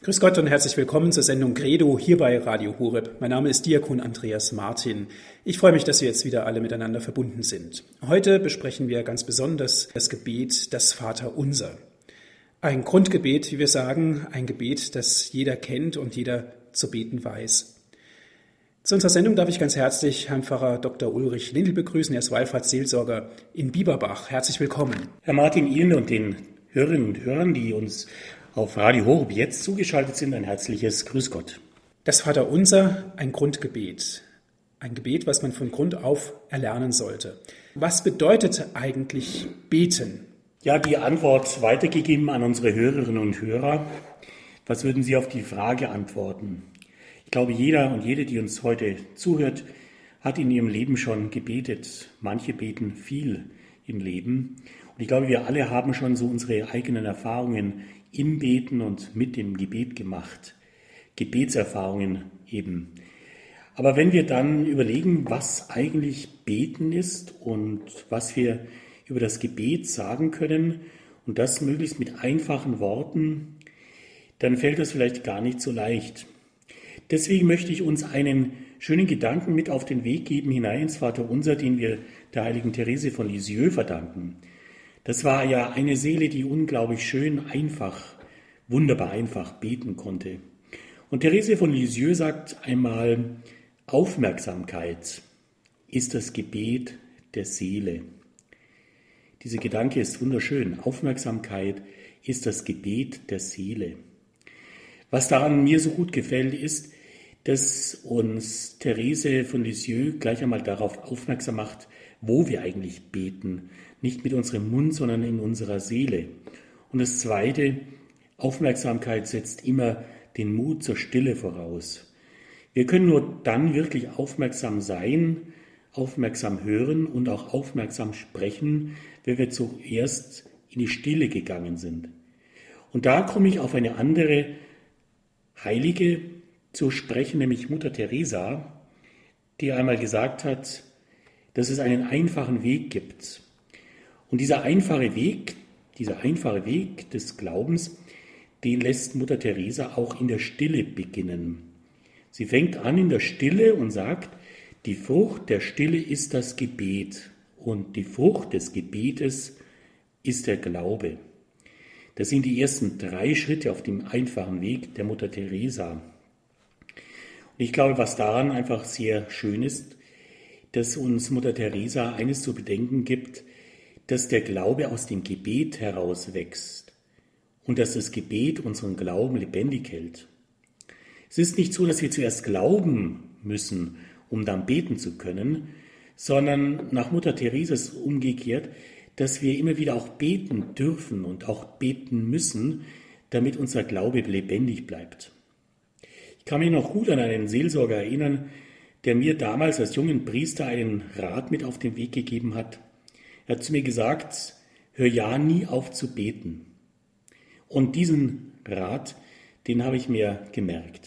Grüß Gott und herzlich willkommen zur Sendung Credo hier bei Radio Horeb. Mein Name ist Diakon Andreas Martin. Ich freue mich, dass wir jetzt wieder alle miteinander verbunden sind. Heute besprechen wir ganz besonders das Gebet, das Vaterunser. Ein Grundgebet, wie wir sagen, ein Gebet, das jeder kennt und jeder zu beten weiß. Zu unserer Sendung darf ich ganz herzlich Herrn Pfarrer Dr. Ulrich Lindl begrüßen. Er ist Wallfahrtsseelsorger in Bieberbach. Herzlich willkommen. Herr Martin, Ihnen und den Hörerinnen und Hörern, die uns auf Radio Horeb jetzt zugeschaltet sind, ein herzliches Grüß Gott. Das Vaterunser, ein Grundgebet. Ein Gebet, was man von Grund auf erlernen sollte. Was bedeutet eigentlich beten? Ja, die Antwort weitergegeben an unsere Hörerinnen und Hörer. Was würden Sie auf die Frage antworten? Ich glaube, jeder und jede, die uns heute zuhört, hat in ihrem Leben schon gebetet. Manche beten viel im Leben. Und ich glaube, wir alle haben schon so unsere eigenen Erfahrungen im Beten und mit dem Gebet gemacht. Gebetserfahrungen eben. Aber wenn wir dann überlegen, was eigentlich Beten ist und was wir über das Gebet sagen können und das möglichst mit einfachen Worten, dann fällt das vielleicht gar nicht so leicht. Deswegen möchte ich uns einen schönen Gedanken mit auf den Weg geben hinein ins Vaterunser, den wir der heiligen Therese von Lisieux verdanken. Das war ja eine Seele, die unglaublich schön einfach, wunderbar einfach beten konnte. Und Therese von Lisieux sagt einmal, Aufmerksamkeit ist das Gebet der Seele. Dieser Gedanke ist wunderschön. Aufmerksamkeit ist das Gebet der Seele. Was daran mir so gut gefällt, ist, dass uns Therese von Lisieux gleich einmal darauf aufmerksam macht, wo wir eigentlich beten. Nicht mit unserem Mund, sondern in unserer Seele. Und das Zweite, Aufmerksamkeit setzt immer den Mut zur Stille voraus. Wir können nur dann wirklich aufmerksam sein, aufmerksam hören und auch aufmerksam sprechen, wenn wir zuerst in die Stille gegangen sind. Und da komme ich auf eine andere Heilige zu sprechen, nämlich Mutter Teresa, die einmal gesagt hat, dass es einen einfachen Weg gibt. Und dieser einfache Weg des Glaubens, den lässt Mutter Teresa auch in der Stille beginnen. Sie fängt an in der Stille und sagt, die Frucht der Stille ist das Gebet und die Frucht des Gebetes ist der Glaube. Das sind die ersten 3 Schritte auf dem einfachen Weg der Mutter Teresa. Und ich glaube, was daran einfach sehr schön ist, dass uns Mutter Teresa eines zu bedenken gibt, dass der Glaube aus dem Gebet heraus wächst und dass das Gebet unseren Glauben lebendig hält. Es ist nicht so, dass wir zuerst glauben müssen, um dann beten zu können, sondern nach Mutter Teresa ist umgekehrt, dass wir immer wieder auch beten dürfen und auch beten müssen, damit unser Glaube lebendig bleibt. Ich kann mich noch gut an einen Seelsorger erinnern, der mir damals als jungen Priester einen Rat mit auf den Weg gegeben hat. Er hat zu mir gesagt, hör ja nie auf zu beten. Und diesen Rat, den habe ich mir gemerkt.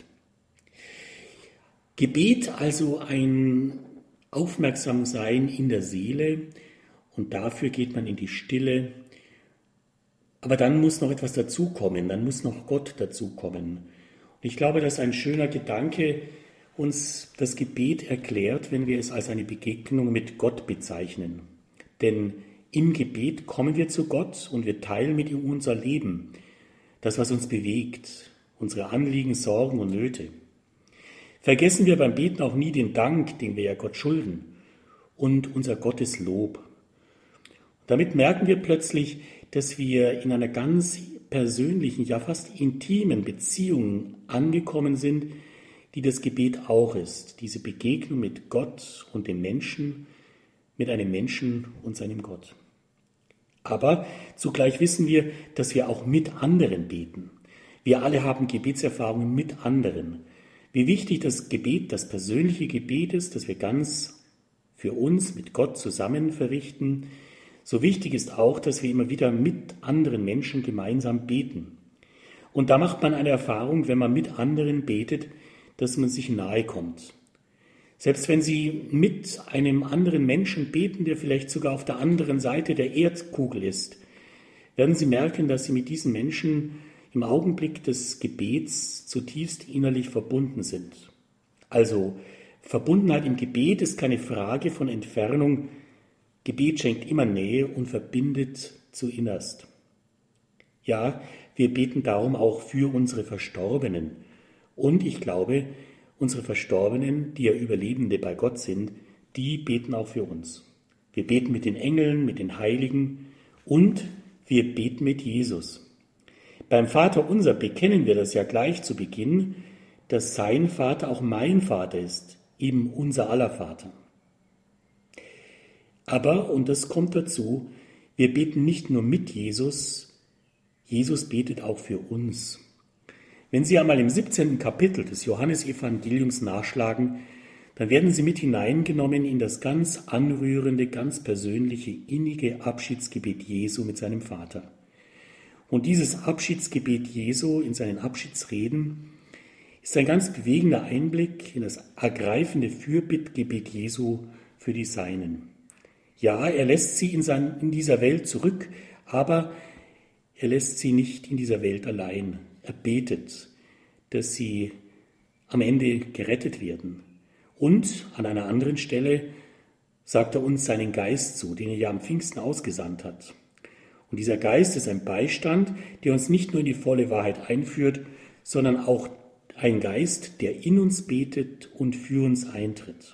Gebet, also ein Aufmerksamsein in der Seele, und dafür geht man in die Stille. Aber dann muss noch etwas dazukommen, dann muss noch Gott dazukommen. Und ich glaube, dass ein schöner Gedanke uns das Gebet erklärt, wenn wir es als eine Begegnung mit Gott bezeichnen. Denn im Gebet kommen wir zu Gott und wir teilen mit ihm unser Leben, das, was uns bewegt, unsere Anliegen, Sorgen und Nöte. Vergessen wir beim Beten auch nie den Dank, den wir ja Gott schulden, und unser Gotteslob. Damit merken wir plötzlich, dass wir in einer ganz persönlichen, ja fast intimen Beziehung angekommen sind, die das Gebet auch ist. Diese Begegnung mit Gott und dem Menschen, mit einem Menschen und seinem Gott. Aber zugleich wissen wir, dass wir auch mit anderen beten. Wir alle haben Gebetserfahrungen mit anderen. Wie wichtig das Gebet, das persönliche Gebet ist, das wir ganz für uns mit Gott zusammen verrichten, so wichtig ist auch, dass wir immer wieder mit anderen Menschen gemeinsam beten. Und da macht man eine Erfahrung, wenn man mit anderen betet, dass man sich nahe kommt. Selbst wenn Sie mit einem anderen Menschen beten, der vielleicht sogar auf der anderen Seite der Erdkugel ist, werden Sie merken, dass Sie mit diesen Menschen im Augenblick des Gebets zutiefst innerlich verbunden sind. Also Verbundenheit im Gebet ist keine Frage von Entfernung. Gebet schenkt immer Nähe und verbindet zu innerst. Ja, wir beten darum auch für unsere Verstorbenen. Und ich glaube, unsere Verstorbenen, die ja Überlebende bei Gott sind, die beten auch für uns. Wir beten mit den Engeln, mit den Heiligen und wir beten mit Jesus. Beim Vater unser bekennen wir das ja gleich zu Beginn, dass sein Vater auch mein Vater ist, eben unser aller Vater. Aber, und das kommt dazu, wir beten nicht nur mit Jesus, Jesus betet auch für uns. Wenn Sie einmal im 17. Kapitel des Johannesevangeliums nachschlagen, dann werden Sie mit hineingenommen in das ganz anrührende, ganz persönliche, innige Abschiedsgebet Jesu mit seinem Vater. Und dieses Abschiedsgebet Jesu in seinen Abschiedsreden ist ein ganz bewegender Einblick in das ergreifende Fürbittgebet Jesu für die Seinen. Ja, er lässt sie in dieser Welt zurück, aber er lässt sie nicht in dieser Welt allein. Er betet, dass sie am Ende gerettet werden. Und an einer anderen Stelle sagt er uns seinen Geist zu, den er ja am Pfingsten ausgesandt hat. Und dieser Geist ist ein Beistand, der uns nicht nur in die volle Wahrheit einführt, sondern auch ein Geist, der in uns betet und für uns eintritt.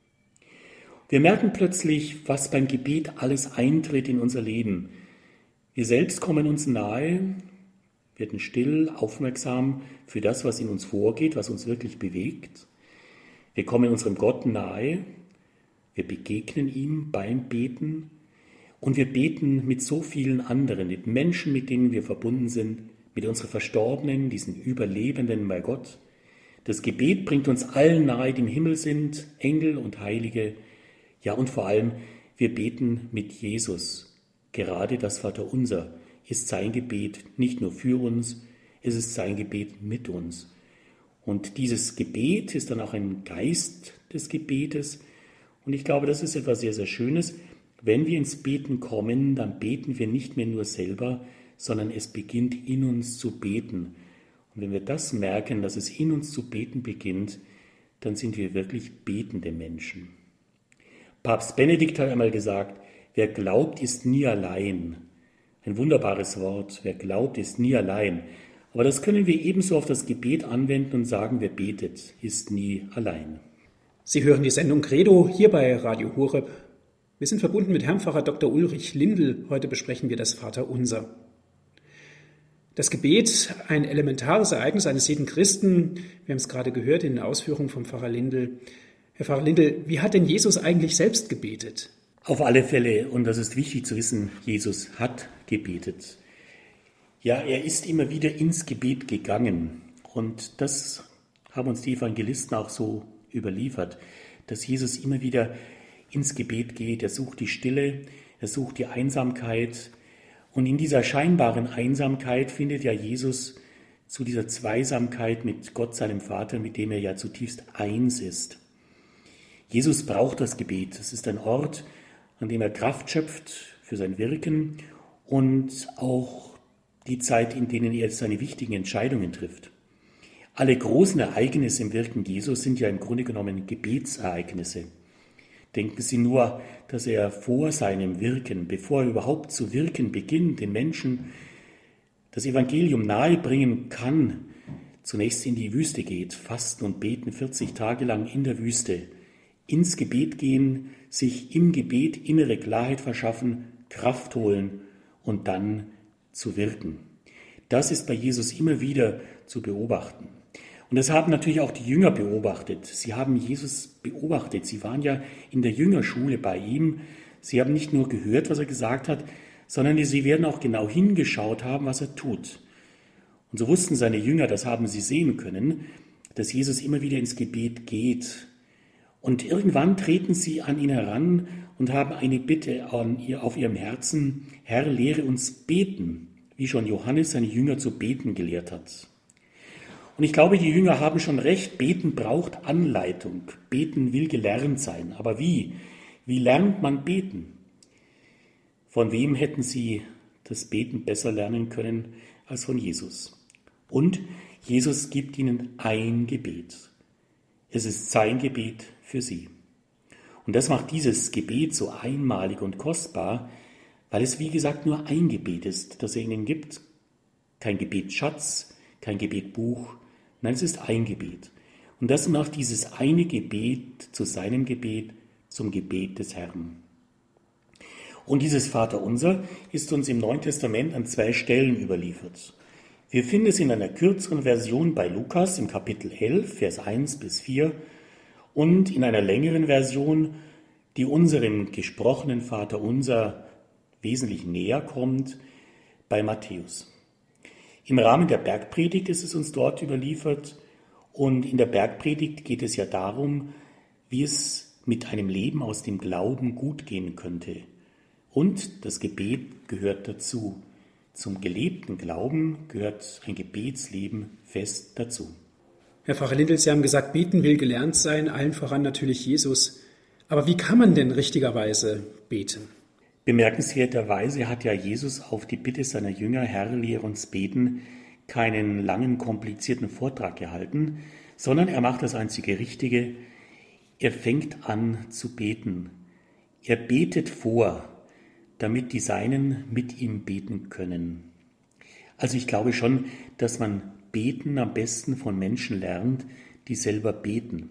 Wir merken plötzlich, was beim Gebet alles eintritt in unser Leben. Wir selbst kommen uns nahe, werden still, aufmerksam für das, was in uns vorgeht, was uns wirklich bewegt. Wir kommen unserem Gott nahe, wir begegnen ihm beim Beten und wir beten mit so vielen anderen, mit Menschen, mit denen wir verbunden sind, mit unseren Verstorbenen, diesen Überlebenden bei Gott. Das Gebet bringt uns allen nahe, die im Himmel sind, Engel und Heilige. Ja, und vor allem, wir beten mit Jesus. Gerade das Vaterunser ist sein Gebet nicht nur für uns, es ist sein Gebet mit uns. Und dieses Gebet ist dann auch ein Geist des Gebetes. Und ich glaube, das ist etwas sehr, sehr Schönes. Wenn wir ins Beten kommen, dann beten wir nicht mehr nur selber, sondern es beginnt in uns zu beten. Und wenn wir das merken, dass es in uns zu beten beginnt, dann sind wir wirklich betende Menschen. Papst Benedikt hat einmal gesagt, wer glaubt, ist nie allein. Ein wunderbares Wort, wer glaubt, ist nie allein. Aber das können wir ebenso auf das Gebet anwenden und sagen, wer betet, ist nie allein. Sie hören die Sendung Credo hier bei Radio Horeb. Wir sind verbunden mit Herrn Pfarrer Dr. Ulrich Lindl. Heute besprechen wir das Vaterunser. Das Gebet, ein elementares Ereignis eines jeden Christen. Wir haben es gerade gehört in den Ausführungen vom Pfarrer Lindl. Herr Pfarrer Lindl, wie hat denn Jesus eigentlich selbst gebetet? Auf alle Fälle, und das ist wichtig zu wissen, Jesus hat gebetet. Ja, er ist immer wieder ins Gebet gegangen. Und das haben uns die Evangelisten auch so überliefert, dass Jesus immer wieder ins Gebet geht. Er sucht die Stille, er sucht die Einsamkeit. Und in dieser scheinbaren Einsamkeit findet ja Jesus zu dieser Zweisamkeit mit Gott, seinem Vater, mit dem er ja zutiefst eins ist. Jesus braucht das Gebet. Es ist ein Ort, an dem er Kraft schöpft für sein Wirken und auch die Zeit, in denen er seine wichtigen Entscheidungen trifft. Alle großen Ereignisse im Wirken Jesus sind ja im Grunde genommen Gebetsereignisse. Denken Sie nur, dass er vor seinem Wirken, bevor er überhaupt zu wirken beginnt, den Menschen das Evangelium nahebringen kann, zunächst in die Wüste geht, fasten und beten 40 Tage lang in der Wüste, ins Gebet gehen, sich im Gebet innere Klarheit verschaffen, Kraft holen und dann zu wirken. Das ist bei Jesus immer wieder zu beobachten. Und das haben natürlich auch die Jünger beobachtet. Sie haben Jesus beobachtet. Sie waren ja in der Jüngerschule bei ihm. Sie haben nicht nur gehört, was er gesagt hat, sondern sie werden auch genau hingeschaut haben, was er tut. Und so wussten seine Jünger, das haben sie sehen können, dass Jesus immer wieder ins Gebet geht. Und irgendwann treten sie an ihn heran und haben eine Bitte auf ihrem Herzen: Herr, lehre uns beten, wie schon Johannes seine Jünger zu beten gelehrt hat. Und ich glaube, die Jünger haben schon recht, beten braucht Anleitung, beten will gelernt sein. Aber wie? Wie lernt man beten? Von wem hätten sie das Beten besser lernen können als von Jesus? Und Jesus gibt ihnen ein Gebet. Es ist sein Gebet für sie. Und das macht dieses Gebet so einmalig und kostbar, weil es, wie gesagt, nur ein Gebet ist, das er ihnen gibt. Kein Gebetsschatz, kein Gebetbuch, nein, es ist ein Gebet. Und das macht dieses eine Gebet zu seinem Gebet, zum Gebet des Herrn. Und dieses Vaterunser ist uns im Neuen Testament an 2 Stellen überliefert. Wir finden es in einer kürzeren Version bei Lukas im Kapitel 11, Vers 1 bis 4 und in einer längeren Version, die unserem gesprochenen Vaterunser wesentlich näher kommt, bei Matthäus. Im Rahmen der Bergpredigt ist es uns dort überliefert und in der Bergpredigt geht es ja darum, wie es mit einem Leben aus dem Glauben gut gehen könnte. Und das Gebet gehört dazu. Zum gelebten Glauben gehört ein Gebetsleben fest dazu. Herr Pfarrer Lindel, Sie haben gesagt, beten will gelernt sein, allen voran natürlich Jesus. Aber wie kann man denn richtigerweise beten? Bemerkenswerterweise hat ja Jesus auf die Bitte seiner Jünger, Herr, lehre uns beten, keinen langen, komplizierten Vortrag gehalten, sondern er macht das einzige Richtige. Er fängt an zu beten. Er betet vor, damit die Seinen mit ihm beten können. Also ich glaube schon, dass man Beten am besten von Menschen lernt, die selber beten.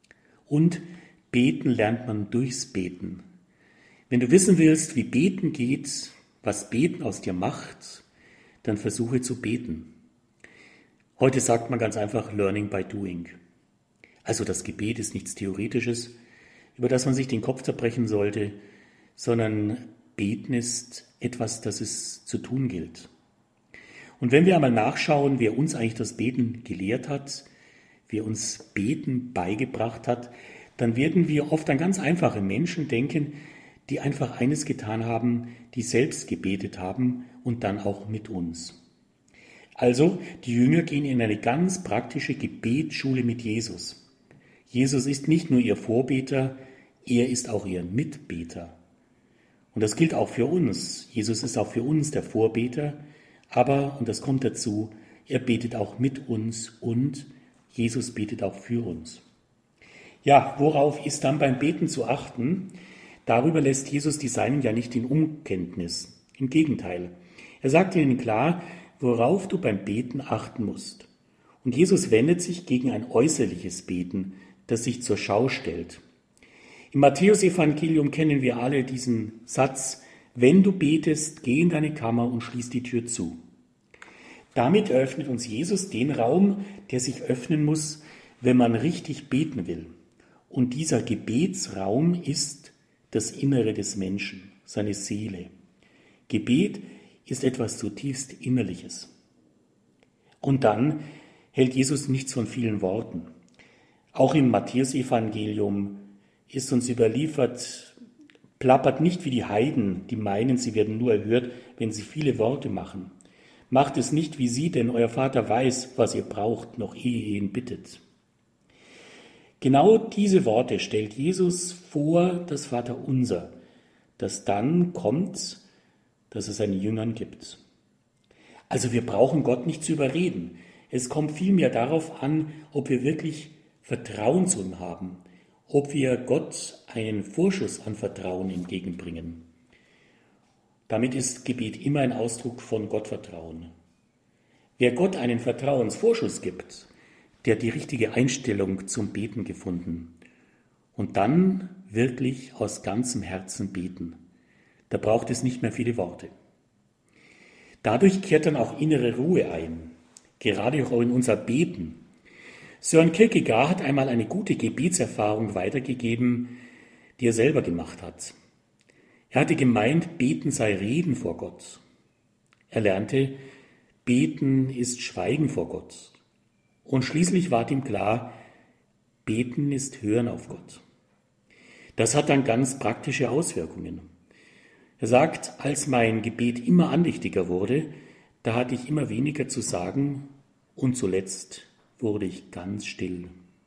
Und beten lernt man durchs Beten. Wenn du wissen willst, wie Beten geht, was Beten aus dir macht, dann versuche zu beten. Heute sagt man ganz einfach Learning by Doing. Also das Gebet ist nichts Theoretisches, über das man sich den Kopf zerbrechen sollte, sondern Beten ist etwas, das es zu tun gilt. Und wenn wir einmal nachschauen, wer uns eigentlich das Beten gelehrt hat, wer uns Beten beigebracht hat, dann werden wir oft an ganz einfache Menschen denken, die einfach eines getan haben, die selbst gebetet haben und dann auch mit uns. Also, die Jünger gehen in eine ganz praktische Gebetsschule mit Jesus. Jesus ist nicht nur ihr Vorbeter, er ist auch ihr Mitbeter. Und das gilt auch für uns. Jesus ist auch für uns der Vorbeter, aber, und das kommt dazu, er betet auch mit uns und Jesus betet auch für uns. Ja, worauf ist dann beim Beten zu achten? Darüber lässt Jesus die Seinen ja nicht in Unkenntnis. Im Gegenteil. Er sagt ihnen klar, worauf du beim Beten achten musst. Und Jesus wendet sich gegen ein äußerliches Beten, das sich zur Schau stellt. Im Matthäusevangelium kennen wir alle diesen Satz, wenn du betest, geh in deine Kammer und schließ die Tür zu. Damit eröffnet uns Jesus den Raum, der sich öffnen muss, wenn man richtig beten will. Und dieser Gebetsraum ist das Innere des Menschen, seine Seele. Gebet ist etwas zutiefst Innerliches. Und dann hält Jesus nichts von vielen Worten. Auch im Matthäusevangelium ist uns überliefert, plappert nicht wie die Heiden, die meinen, sie werden nur erhört, wenn sie viele Worte machen. Macht es nicht wie sie, denn euer Vater weiß, was ihr braucht, noch ehe ihr ihn bittet. Genau diese Worte stellt Jesus vor das Vaterunser, das dann kommt, dass es seinen Jüngern gibt. Also wir brauchen Gott nicht zu überreden. Es kommt vielmehr darauf an, ob wir wirklich Vertrauen zu ihm haben, ob wir Gott einen Vorschuss an Vertrauen entgegenbringen. Damit ist Gebet immer ein Ausdruck von Gottvertrauen. Wer Gott einen Vertrauensvorschuss gibt, der hat die richtige Einstellung zum Beten gefunden. Und dann wirklich aus ganzem Herzen beten. Da braucht es nicht mehr viele Worte. Dadurch kehrt dann auch innere Ruhe ein, gerade auch in unser Beten. Søren Kierkegaard hat einmal eine gute Gebetserfahrung weitergegeben, die er selber gemacht hat. Er hatte gemeint, Beten sei Reden vor Gott. Er lernte, Beten ist Schweigen vor Gott. Und schließlich ward ihm klar, Beten ist Hören auf Gott. Das hat dann ganz praktische Auswirkungen. Er sagt, als mein Gebet immer andächtiger wurde, da hatte ich immer weniger zu sagen und zuletzt wurde ich ganz still.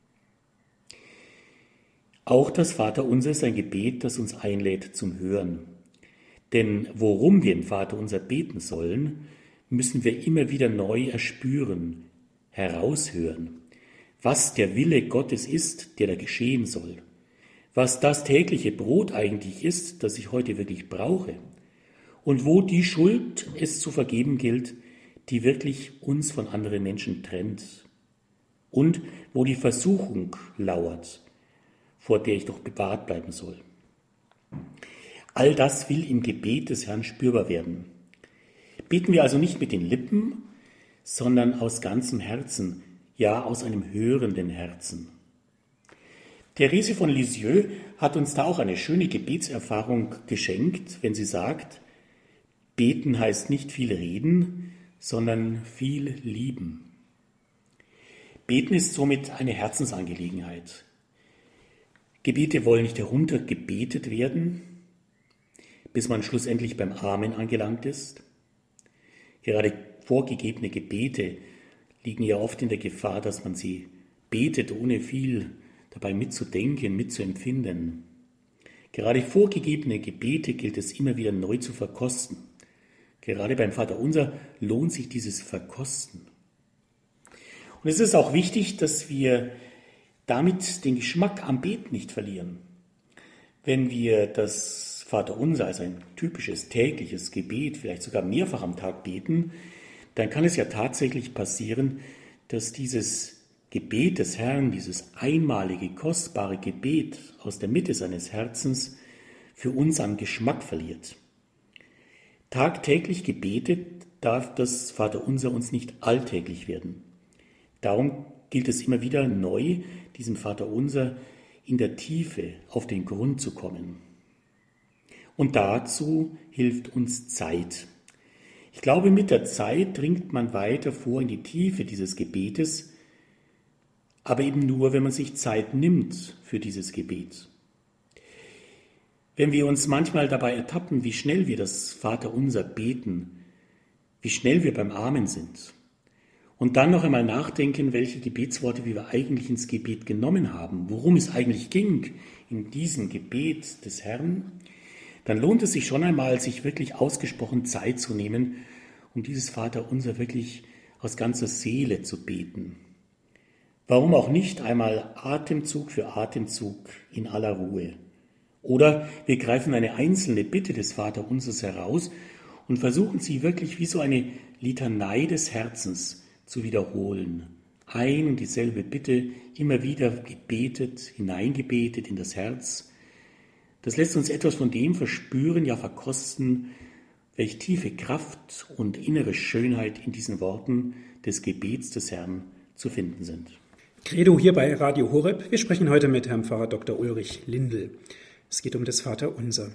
Auch das Vaterunser ist ein Gebet, das uns einlädt zum Hören. Denn worum wir im Vaterunser beten sollen, müssen wir immer wieder neu erspüren, heraushören, was der Wille Gottes ist, der da geschehen soll, was das tägliche Brot eigentlich ist, das ich heute wirklich brauche und wo die Schuld es zu vergeben gilt, die wirklich uns von anderen Menschen trennt und wo die Versuchung lauert, vor der ich doch bewahrt bleiben soll. All das will im Gebet des Herrn spürbar werden. Beten wir also nicht mit den Lippen, sondern aus ganzem Herzen, ja aus einem hörenden Herzen. Therese von Lisieux hat uns da auch eine schöne Gebetserfahrung geschenkt, wenn sie sagt, beten heißt nicht viel reden, sondern viel lieben. Beten ist somit eine Herzensangelegenheit. Gebete wollen nicht heruntergebetet werden, bis man schlussendlich beim Amen angelangt ist. Gerade vorgegebene Gebete liegen ja oft in der Gefahr, dass man sie betet, ohne viel dabei mitzudenken, mitzuempfinden. Gerade vorgegebene Gebete gilt es immer wieder neu zu verkosten. Gerade beim Vaterunser lohnt sich dieses Verkosten. Und es ist auch wichtig, dass wir damit den Geschmack am Beten nicht verlieren. Wenn wir das Vaterunser als ein typisches tägliches Gebet, vielleicht sogar mehrfach am Tag beten, dann kann es ja tatsächlich passieren, dass dieses Gebet des Herrn, dieses einmalige, kostbare Gebet aus der Mitte seines Herzens für uns an Geschmack verliert. Tagtäglich gebetet darf das Vaterunser uns nicht alltäglich werden. Darum gilt es immer wieder neu, diesem Vaterunser in der Tiefe auf den Grund zu kommen. Und dazu hilft uns Zeit. Ich glaube, mit der Zeit dringt man weiter vor in die Tiefe dieses Gebetes, aber eben nur, wenn man sich Zeit nimmt für dieses Gebet. Wenn wir uns manchmal dabei ertappen, wie schnell wir das Vaterunser beten, wie schnell wir beim Amen sind und dann noch einmal nachdenken, welche Gebetsworte wir eigentlich ins Gebet genommen haben, worum es eigentlich ging in diesem Gebet des Herrn, dann lohnt es sich schon einmal, sich wirklich ausgesprochen Zeit zu nehmen, um dieses Vaterunser wirklich aus ganzer Seele zu beten. Warum auch nicht einmal Atemzug für Atemzug in aller Ruhe? Oder wir greifen eine einzelne Bitte des Vaterunsers heraus und versuchen sie wirklich wie so eine Litanei des Herzens zu wiederholen. Ein und dieselbe Bitte, immer wieder gebetet, hineingebetet in das Herz. Das lässt uns etwas von dem verspüren, ja verkosten, welch tiefe Kraft und innere Schönheit in diesen Worten des Gebets des Herrn zu finden sind. Credo hier bei Radio Horeb. Wir sprechen heute mit Herrn Pfarrer Dr. Ulrich Lindel. Es geht um das Vaterunser.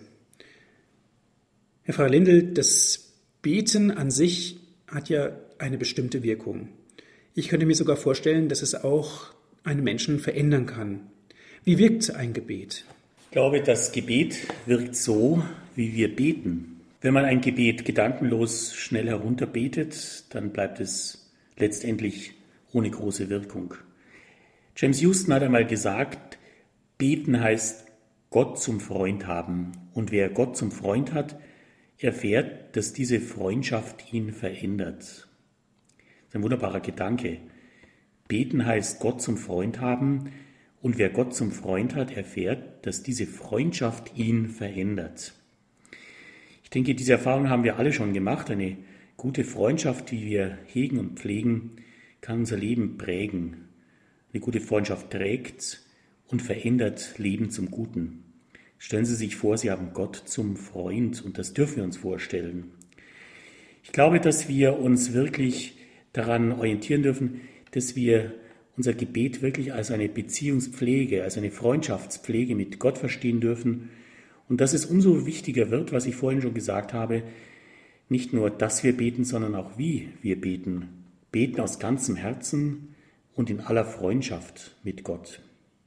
Herr Pfarrer Lindel, das Beten an sich hat ja eine bestimmte Wirkung. Ich könnte mir sogar vorstellen, dass es auch einen Menschen verändern kann. Wie wirkt ein Gebet? Ich glaube, das Gebet wirkt so, wie wir beten. Wenn man ein Gebet gedankenlos schnell herunterbetet, dann bleibt es letztendlich ohne große Wirkung. James Houston hat einmal gesagt, beten heißt Gott zum Freund haben. Und wer Gott zum Freund hat, erfährt, dass diese Freundschaft ihn verändert. Das ist ein wunderbarer Gedanke. Beten heißt Gott zum Freund haben. Und wer Gott zum Freund hat, erfährt, dass diese Freundschaft ihn verändert. Ich denke, diese Erfahrung haben wir alle schon gemacht. Eine gute Freundschaft, die wir hegen und pflegen, kann unser Leben prägen. Eine gute Freundschaft trägt und verändert Leben zum Guten. Stellen Sie sich vor, Sie haben Gott zum Freund und das dürfen wir uns vorstellen. Ich glaube, dass wir uns wirklich daran orientieren dürfen, dass wir unser Gebet wirklich als eine Beziehungspflege, als eine Freundschaftspflege mit Gott verstehen dürfen und dass es umso wichtiger wird, was ich vorhin schon gesagt habe, nicht nur, dass wir beten, sondern auch wie wir beten. Beten aus ganzem Herzen und in aller Freundschaft mit Gott.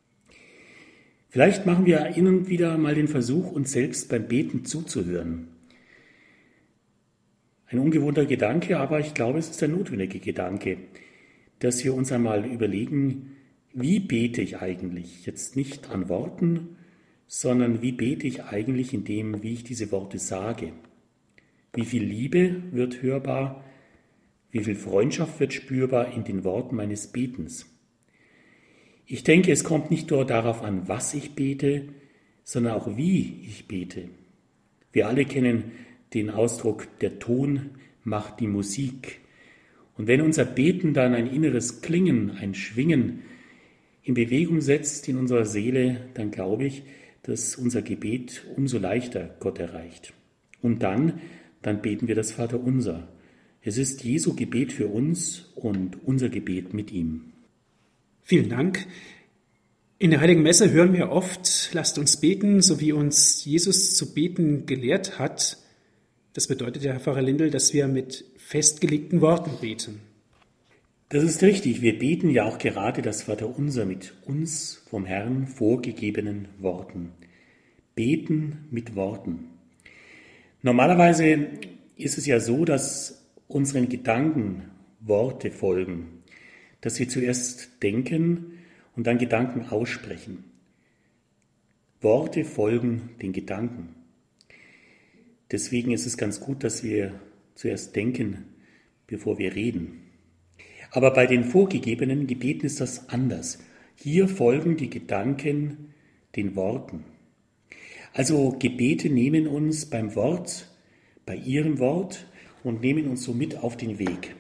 Vielleicht machen wir hin und wieder mal den Versuch, uns selbst beim Beten zuzuhören. Ein ungewohnter Gedanke, aber ich glaube, es ist ein notwendiger Gedanke, dass wir uns einmal überlegen, wie bete ich eigentlich? Jetzt nicht an Worten, sondern wie bete ich eigentlich in dem, wie ich diese Worte sage? Wie viel Liebe wird hörbar? Wie viel Freundschaft wird spürbar in den Worten meines Betens? Ich denke, es kommt nicht nur darauf an, was ich bete, sondern auch wie ich bete. Wir alle kennen den Ausdruck, der Ton macht die Musik. Und wenn unser Beten dann ein inneres Klingen, ein Schwingen in Bewegung setzt in unserer Seele, dann glaube ich, dass unser Gebet umso leichter Gott erreicht. Und dann beten wir das Vaterunser. Es ist Jesu Gebet für uns und unser Gebet mit ihm. Vielen Dank. In der Heiligen Messe hören wir oft, lasst uns beten, so wie uns Jesus zu beten gelehrt hat. Das bedeutet ja, Herr Pfarrer Lindel, dass wir mit festgelegten Worten beten. Das ist richtig. Wir beten ja auch gerade das Vaterunser mit uns vom Herrn vorgegebenen Worten. Beten mit Worten. Normalerweise ist es ja so, dass unseren Gedanken Worte folgen, dass wir zuerst denken und dann Gedanken aussprechen. Worte folgen den Gedanken. Deswegen ist es ganz gut, dass wir zuerst denken, bevor wir reden. Aber bei den vorgegebenen Gebeten ist das anders. Hier folgen die Gedanken den Worten. Also Gebete nehmen uns beim Wort, bei ihrem Wort und nehmen uns so mit auf den Weg.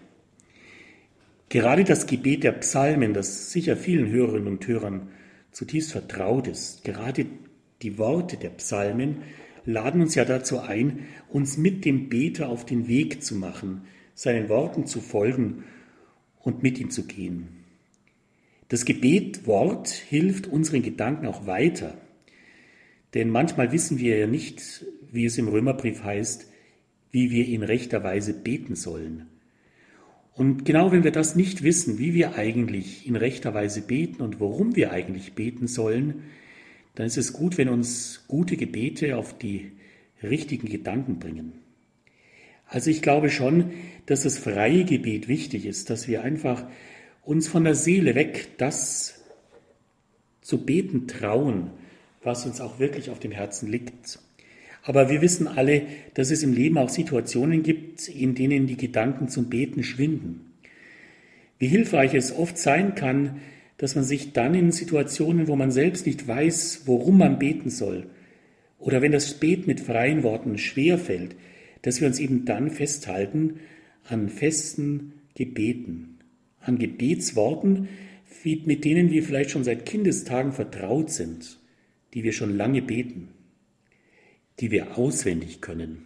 Gerade das Gebet der Psalmen, das sicher vielen Hörerinnen und Hörern zutiefst vertraut ist, gerade die Worte der Psalmen laden uns ja dazu ein, uns mit dem Beter auf den Weg zu machen, seinen Worten zu folgen und mit ihm zu gehen. Das Gebetwort hilft unseren Gedanken auch weiter, denn manchmal wissen wir ja nicht, wie es im Römerbrief heißt, wie wir in rechter Weise beten sollen. Und genau wenn wir das nicht wissen, wie wir eigentlich in rechter Weise beten und worum wir eigentlich beten sollen, dann ist es gut, wenn uns gute Gebete auf die richtigen Gedanken bringen. Also ich glaube schon, dass das freie Gebet wichtig ist, dass wir einfach uns von der Seele weg das zu beten trauen, was uns auch wirklich auf dem Herzen liegt. Aber wir wissen alle, dass es im Leben auch Situationen gibt, in denen die Gedanken zum Beten schwinden. Wie hilfreich es oft sein kann, dass man sich dann in Situationen, wo man selbst nicht weiß, worum man beten soll, oder wenn das Beten mit freien Worten schwerfällt, dass wir uns eben dann festhalten an festen Gebeten, an Gebetsworten, mit denen wir vielleicht schon seit Kindestagen vertraut sind, die wir schon lange beten, die wir auswendig können.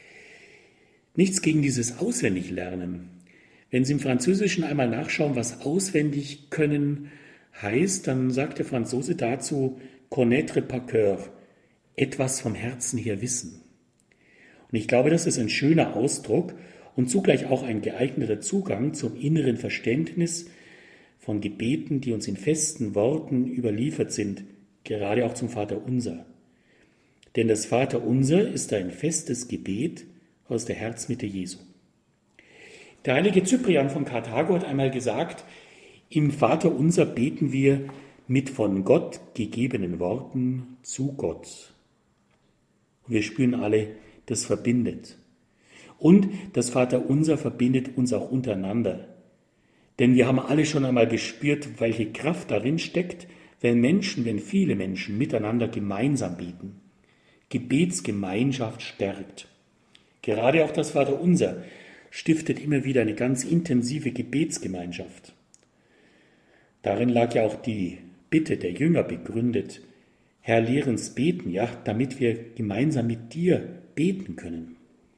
Nichts gegen dieses Auswendiglernen. Wenn Sie im Französischen einmal nachschauen, was auswendig können heißt, dann sagt der Franzose dazu connaître par cœur, etwas vom Herzen her wissen. Und ich glaube, das ist ein schöner Ausdruck und zugleich auch ein geeigneter Zugang zum inneren Verständnis von Gebeten, die uns in festen Worten überliefert sind, gerade auch zum Vaterunser. Denn das Vaterunser ist ein festes Gebet aus der Herzmitte Jesu. Der heilige Cyprian von Karthago hat einmal gesagt, im Vaterunser beten wir mit von Gott gegebenen Worten zu Gott. Und wir spüren alle, das verbindet. Und das Vaterunser verbindet uns auch untereinander. Denn wir haben alle schon einmal gespürt, welche Kraft darin steckt, wenn viele Menschen miteinander gemeinsam beten. Gebetsgemeinschaft stärkt. Gerade auch das Vaterunser stiftet immer wieder eine ganz intensive Gebetsgemeinschaft. Darin lag ja auch die Bitte der Jünger begründet, Herr, lehre uns beten, ja, damit wir gemeinsam mit dir beten können.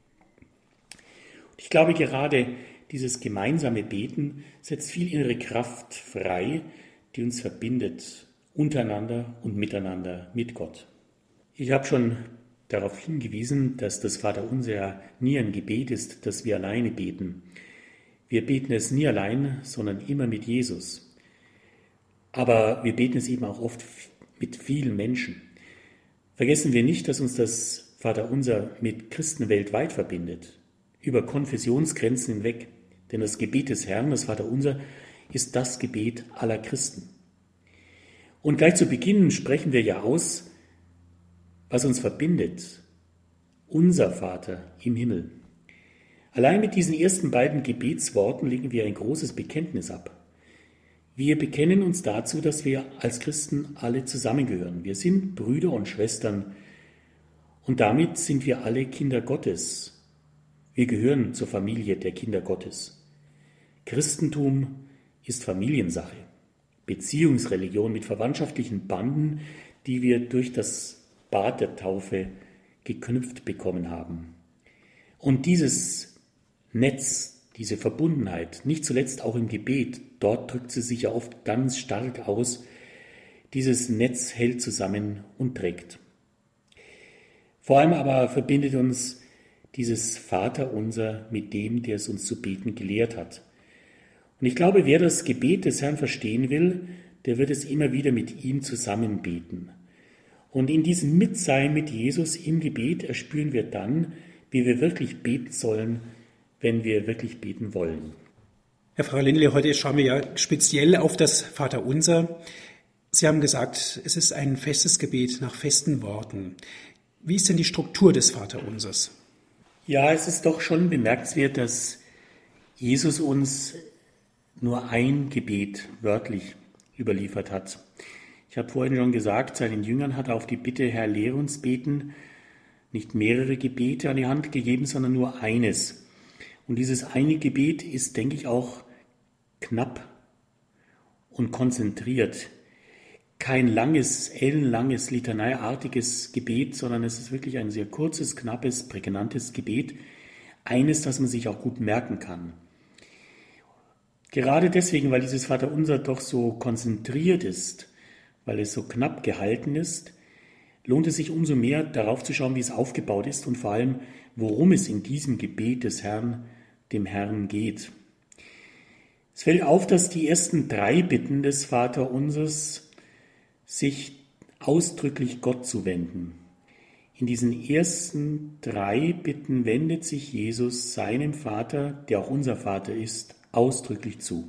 Und ich glaube, gerade dieses gemeinsame Beten setzt viel innere Kraft frei, die uns verbindet, untereinander und miteinander mit Gott. Ich habe schon darauf hingewiesen, dass das Vaterunser ja nie ein Gebet ist, das wir alleine beten. Wir beten es nie allein, sondern immer mit Jesus. Aber wir beten es eben auch oft mit vielen Menschen. Vergessen wir nicht, dass uns das Vaterunser mit Christen weltweit verbindet, über Konfessionsgrenzen hinweg. Denn das Gebet des Herrn, das Vaterunser, ist das Gebet aller Christen. Und gleich zu Beginn sprechen wir ja aus, was uns verbindet. Unser Vater im Himmel. Allein mit diesen ersten beiden Gebetsworten legen wir ein großes Bekenntnis ab. Wir bekennen uns dazu, dass wir als Christen alle zusammengehören. Wir sind Brüder und Schwestern und damit sind wir alle Kinder Gottes. Wir gehören zur Familie der Kinder Gottes. Christentum ist Familiensache, Beziehungsreligion mit verwandtschaftlichen Banden, die wir durch das Bad der Taufe geknüpft bekommen haben. Und dieses Netz, diese Verbundenheit, nicht zuletzt auch im Gebet, dort drückt sie sich ja oft ganz stark aus, dieses Netz hält zusammen und trägt. Vor allem aber verbindet uns dieses Vaterunser mit dem, der es uns zu beten gelehrt hat. Und ich glaube, wer das Gebet des Herrn verstehen will, der wird es immer wieder mit ihm zusammen beten. Und in diesem Mitsein mit Jesus im Gebet erspüren wir dann, wie wir wirklich beten sollen, wenn wir wirklich beten wollen. Herr Pfarrer Lindle, heute schauen wir ja speziell auf das Vaterunser. Sie haben gesagt, es ist ein festes Gebet nach festen Worten. Wie ist denn die Struktur des Vaterunsers? Ja, es ist doch schon bemerkenswert, dass Jesus uns nur ein Gebet wörtlich überliefert hat. Ich habe vorhin schon gesagt, seinen Jüngern hat er auf die Bitte, Herr, lehre uns beten, nicht mehrere Gebete an die Hand gegeben, sondern nur eines. Und dieses eine Gebet ist, denke ich, auch knapp und konzentriert. Kein langes, ellenlanges, litaneiartiges Gebet, sondern es ist wirklich ein sehr kurzes, knappes, prägnantes Gebet. Eines, das man sich auch gut merken kann. Gerade deswegen, weil dieses Vaterunser doch so konzentriert ist, weil es so knapp gehalten ist, lohnt es sich umso mehr, darauf zu schauen, wie es aufgebaut ist und vor allem, worum es in diesem Gebet des Herrn, dem Herrn geht. Es fällt auf, dass die ersten 3 Bitten des Vaterunsers sich ausdrücklich Gott zuwenden. In diesen ersten 3 Bitten wendet sich Jesus seinem Vater, der auch unser Vater ist, ausdrücklich zu.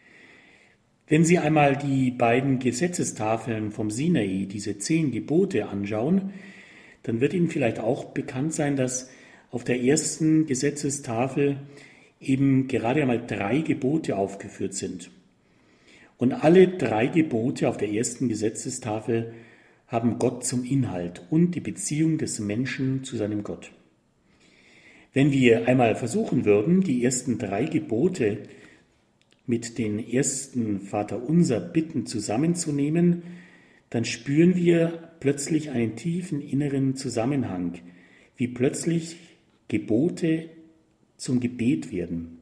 Wenn Sie einmal die beiden Gesetzestafeln vom Sinai, diese 10 Gebote anschauen, dann wird Ihnen vielleicht auch bekannt sein, dass auf der ersten Gesetzestafel eben gerade einmal 3 Gebote aufgeführt sind. Und alle 3 Gebote auf der ersten Gesetzestafel haben Gott zum Inhalt und die Beziehung des Menschen zu seinem Gott. Wenn wir einmal versuchen würden, die ersten 3 Gebote mit den ersten Vaterunser Bitten zusammenzunehmen, dann spüren wir plötzlich einen tiefen inneren Zusammenhang, wie plötzlich Gebote zum Gebet werden.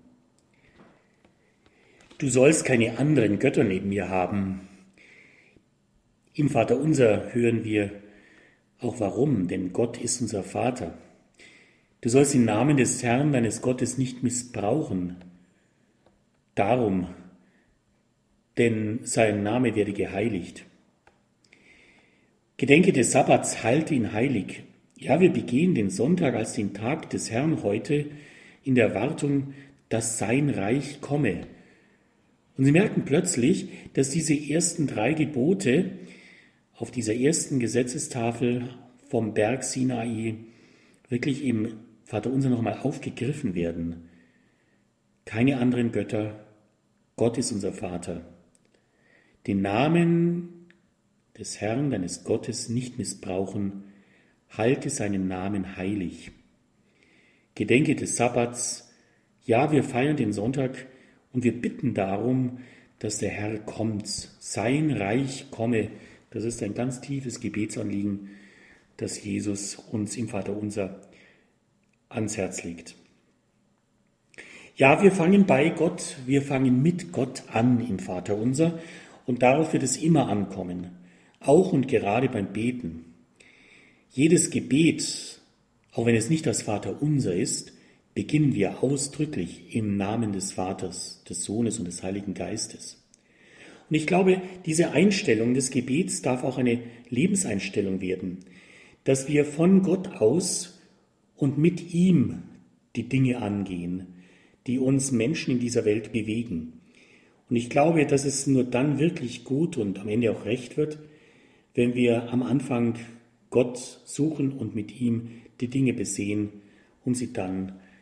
Du sollst keine anderen Götter neben mir haben. Im Vaterunser hören wir auch warum, denn Gott ist unser Vater. Du sollst den Namen des Herrn, deines Gottes, nicht missbrauchen. Darum, denn sein Name werde geheiligt. Gedenke des Sabbats, halte ihn heilig. Ja, wir begehen den Sonntag als den Tag des Herrn heute in der Erwartung, dass sein Reich komme. Und Sie merken plötzlich, dass diese ersten 3 Gebote auf dieser ersten Gesetzestafel vom Berg Sinai wirklich im Vaterunser nochmal aufgegriffen werden. Keine anderen Götter, Gott ist unser Vater. Den Namen des Herrn, deines Gottes, nicht missbrauchen, halte seinen Namen heilig. Gedenke des Sabbats, ja, wir feiern den Sonntag und wir bitten darum, dass der Herr kommt, sein Reich komme. Das ist ein ganz tiefes Gebetsanliegen, das Jesus uns im Vaterunser ans Herz legt. Ja, wir fangen bei Gott, wir fangen mit Gott an im Vaterunser und darauf wird es immer ankommen, auch und gerade beim Beten. Jedes Gebet, auch wenn es nicht das Vaterunser ist, beginnen wir ausdrücklich im Namen des Vaters, des Sohnes und des Heiligen Geistes. Und ich glaube, diese Einstellung des Gebets darf auch eine Lebenseinstellung werden, dass wir von Gott aus und mit ihm die Dinge angehen, die uns Menschen in dieser Welt bewegen. Und ich glaube, dass es nur dann wirklich gut und am Ende auch recht wird, wenn wir am Anfang Gott suchen und mit ihm die Dinge besehen, um sie dann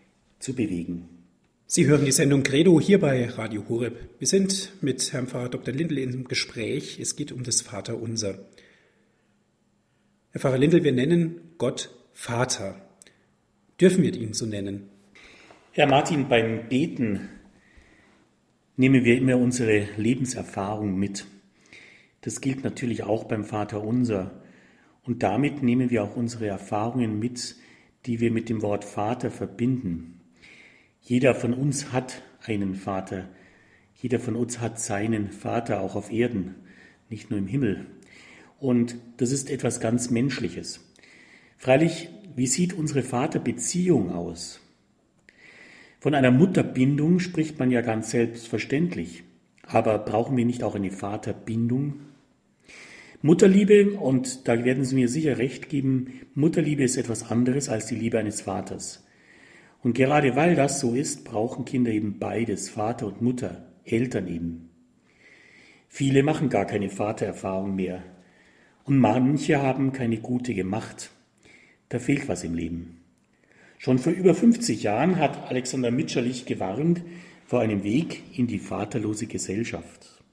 zu bewegen. Sie hören die Sendung Credo hier bei Radio Horeb. Wir sind mit Herrn Pfarrer Dr. Lindl im Gespräch. Es geht um das Vaterunser. Herr Pfarrer Lindl, wir nennen Gott Vater. Dürfen wir ihn so nennen? Herr Martin, beim Beten nehmen wir immer unsere Lebenserfahrung mit. Das gilt natürlich auch beim Vaterunser. Und damit nehmen wir auch unsere Erfahrungen mit, die wir mit dem Wort Vater verbinden. Jeder von uns hat einen Vater. Jeder von uns hat seinen Vater auch auf Erden, nicht nur im Himmel. Und das ist etwas ganz Menschliches. Freilich, wie sieht unsere Vaterbeziehung aus? Von einer Mutterbindung spricht man ja ganz selbstverständlich. Aber brauchen wir nicht auch eine Vaterbindung? Mutterliebe, und da werden Sie mir sicher recht geben, Mutterliebe ist etwas anderes als die Liebe eines Vaters. Und gerade weil das so ist, brauchen Kinder eben beides, Vater und Mutter, Eltern eben. Viele machen gar keine Vatererfahrung mehr. Und manche haben keine gute gemacht. Da fehlt was im Leben. Schon vor über 50 Jahren hat Alexander Mitscherlich gewarnt vor einem Weg in die vaterlose Gesellschaft.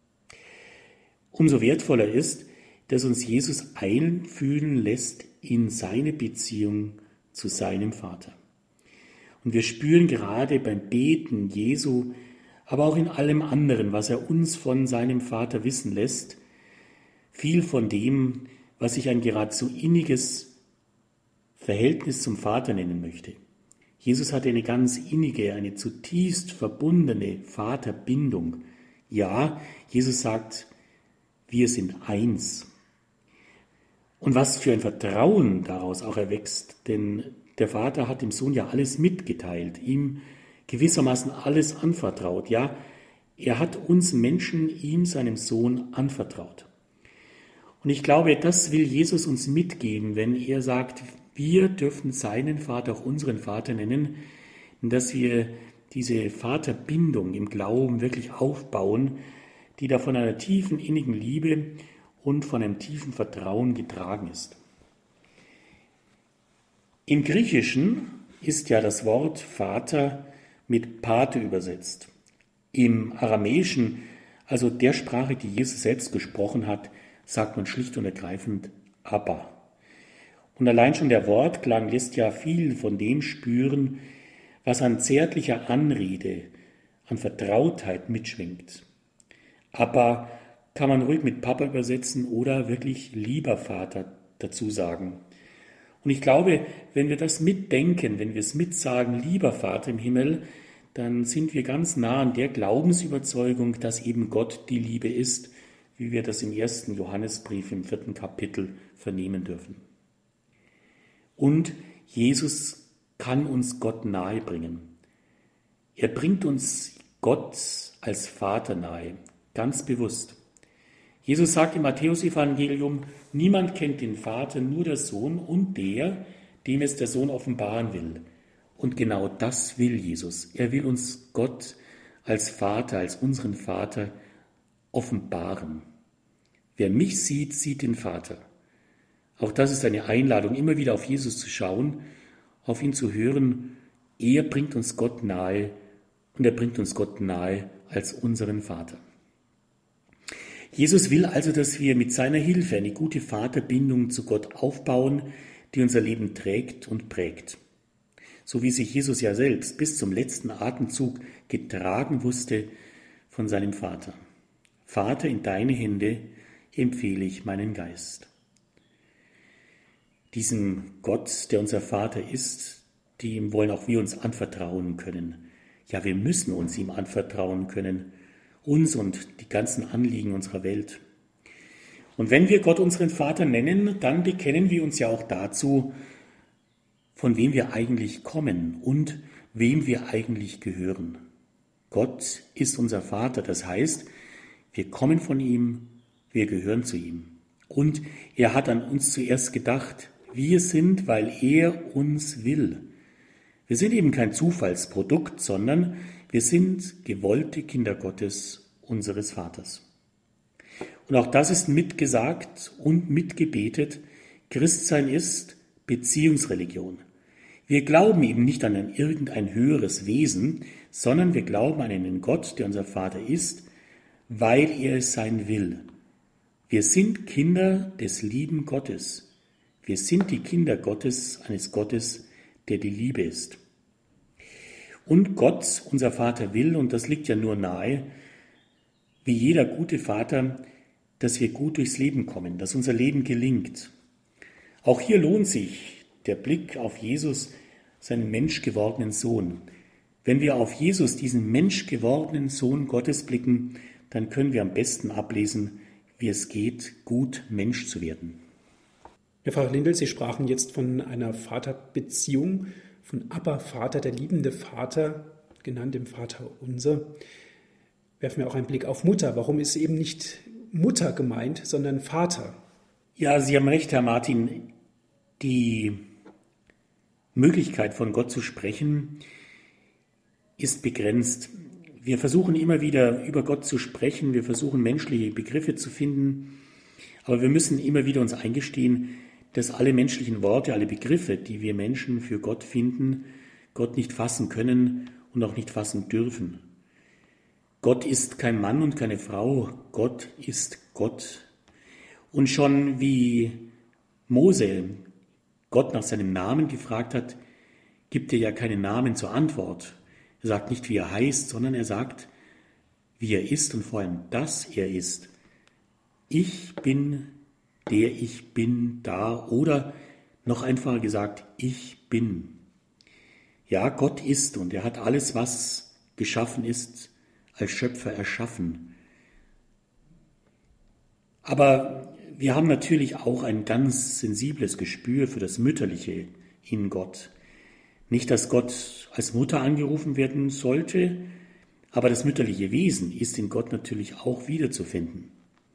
Umso wertvoller ist, dass uns Jesus einfühlen lässt in seine Beziehung zu seinem Vater. Und wir spüren gerade beim Beten Jesu, aber auch in allem anderen, was er uns von seinem Vater wissen lässt, viel von dem, was ich ein geradezu inniges Verhältnis zum Vater nennen möchte. Jesus hatte eine ganz innige, eine zutiefst verbundene Vaterbindung. Ja, Jesus sagt, wir sind eins. Und was für ein Vertrauen daraus auch erwächst, denn der Vater hat dem Sohn ja alles mitgeteilt, ihm gewissermaßen alles anvertraut. Ja, er hat uns Menschen, ihm, seinem Sohn, anvertraut. Und ich glaube, das will Jesus uns mitgeben, wenn er sagt, wir dürfen seinen Vater auch unseren Vater nennen, dass wir diese Vaterbindung im Glauben wirklich aufbauen, die da von einer tiefen, innigen Liebe und von einem tiefen Vertrauen getragen ist. Im Griechischen ist ja das Wort Vater mit Pate übersetzt. Im Aramäischen, also der Sprache, die Jesus selbst gesprochen hat, sagt man schlicht und ergreifend Abba. Und allein schon der Wortklang lässt ja viel von dem spüren, was an zärtlicher Anrede, an Vertrautheit mitschwingt. Abba kann man ruhig mit Papa übersetzen oder wirklich lieber Vater dazu sagen. Und ich glaube, wenn wir das mitdenken, wenn wir es mitsagen, lieber Vater im Himmel, dann sind wir ganz nah an der Glaubensüberzeugung, dass eben Gott die Liebe ist, wie wir das im 1. Johannesbrief im 4. Kapitel vernehmen dürfen. Und Jesus kann uns Gott nahe bringen. Er bringt uns Gott als Vater nahe, ganz bewusst. Jesus sagt im Matthäusevangelium, niemand kennt den Vater, nur der Sohn und der, dem es der Sohn offenbaren will. Und genau das will Jesus. Er will uns Gott als Vater, als unseren Vater offenbaren. Wer mich sieht, sieht den Vater. Auch das ist eine Einladung, immer wieder auf Jesus zu schauen, auf ihn zu hören. Er bringt uns Gott nahe und er bringt uns Gott nahe als unseren Vater. Jesus will also, dass wir mit seiner Hilfe eine gute Vaterbindung zu Gott aufbauen, die unser Leben trägt und prägt. So wie sich Jesus ja selbst bis zum letzten Atemzug getragen wusste von seinem Vater. Vater, in deine Hände empfehle ich meinen Geist. Diesem Gott, der unser Vater ist, dem wollen auch wir uns anvertrauen können. Ja, wir müssen uns ihm anvertrauen können, uns und die ganzen Anliegen unserer Welt. Und wenn wir Gott unseren Vater nennen, dann bekennen wir uns ja auch dazu, von wem wir eigentlich kommen und wem wir eigentlich gehören. Gott ist unser Vater, das heißt, wir kommen von ihm, wir gehören zu ihm. Und er hat an uns zuerst gedacht, wir sind, weil er uns will. Wir sind eben kein Zufallsprodukt, sondern wir sind gewollte Kinder Gottes, unseres Vaters. Und auch das ist mitgesagt und mitgebetet. Christsein ist Beziehungsreligion. Wir glauben eben nicht an irgendein höheres Wesen, sondern wir glauben an einen Gott, der unser Vater ist, weil er es sein will. Wir sind Kinder des lieben Gottes. Wir sind die Kinder Gottes, eines Gottes, der die Liebe ist. Und Gott, unser Vater, will, und das liegt ja nur nahe, wie jeder gute Vater, dass wir gut durchs Leben kommen, dass unser Leben gelingt. Auch hier lohnt sich der Blick auf Jesus, seinen menschgewordenen Sohn. Wenn wir auf Jesus, diesen menschgewordenen Sohn Gottes, blicken, dann können wir am besten ablesen, wie es geht, gut Mensch zu werden. Herr Pfarrer Lindel, Sie sprachen jetzt von einer Vaterbeziehung, von Abba, Vater, der liebende Vater, genannt im Vater unser. Werfen wir auch einen Blick auf Mutter. Warum ist eben nicht Mutter gemeint, sondern Vater? Ja, Sie haben recht, Herr Martin. Die Möglichkeit, von Gott zu sprechen, ist begrenzt. Wir versuchen immer wieder über Gott zu sprechen, wir versuchen menschliche Begriffe zu finden, aber wir müssen immer wieder uns eingestehen, dass alle menschlichen Worte, alle Begriffe, die wir Menschen für Gott finden, Gott nicht fassen können und auch nicht fassen dürfen. Gott ist kein Mann und keine Frau, Gott ist Gott. Und schon wie Mose Gott nach seinem Namen gefragt hat, gibt er ja keinen Namen zur Antwort. Er sagt nicht, wie er heißt, sondern er sagt, wie er ist und vor allem, dass er ist. Ich bin, der ich bin, da, oder noch einfacher gesagt, ich bin. Ja, Gott ist und er hat alles, was geschaffen ist, als Schöpfer erschaffen. Aber wir haben natürlich auch ein ganz sensibles Gespür für das Mütterliche in Gott. Nicht, dass Gott als Mutter angerufen werden sollte, aber das mütterliche Wesen ist in Gott natürlich auch wiederzufinden.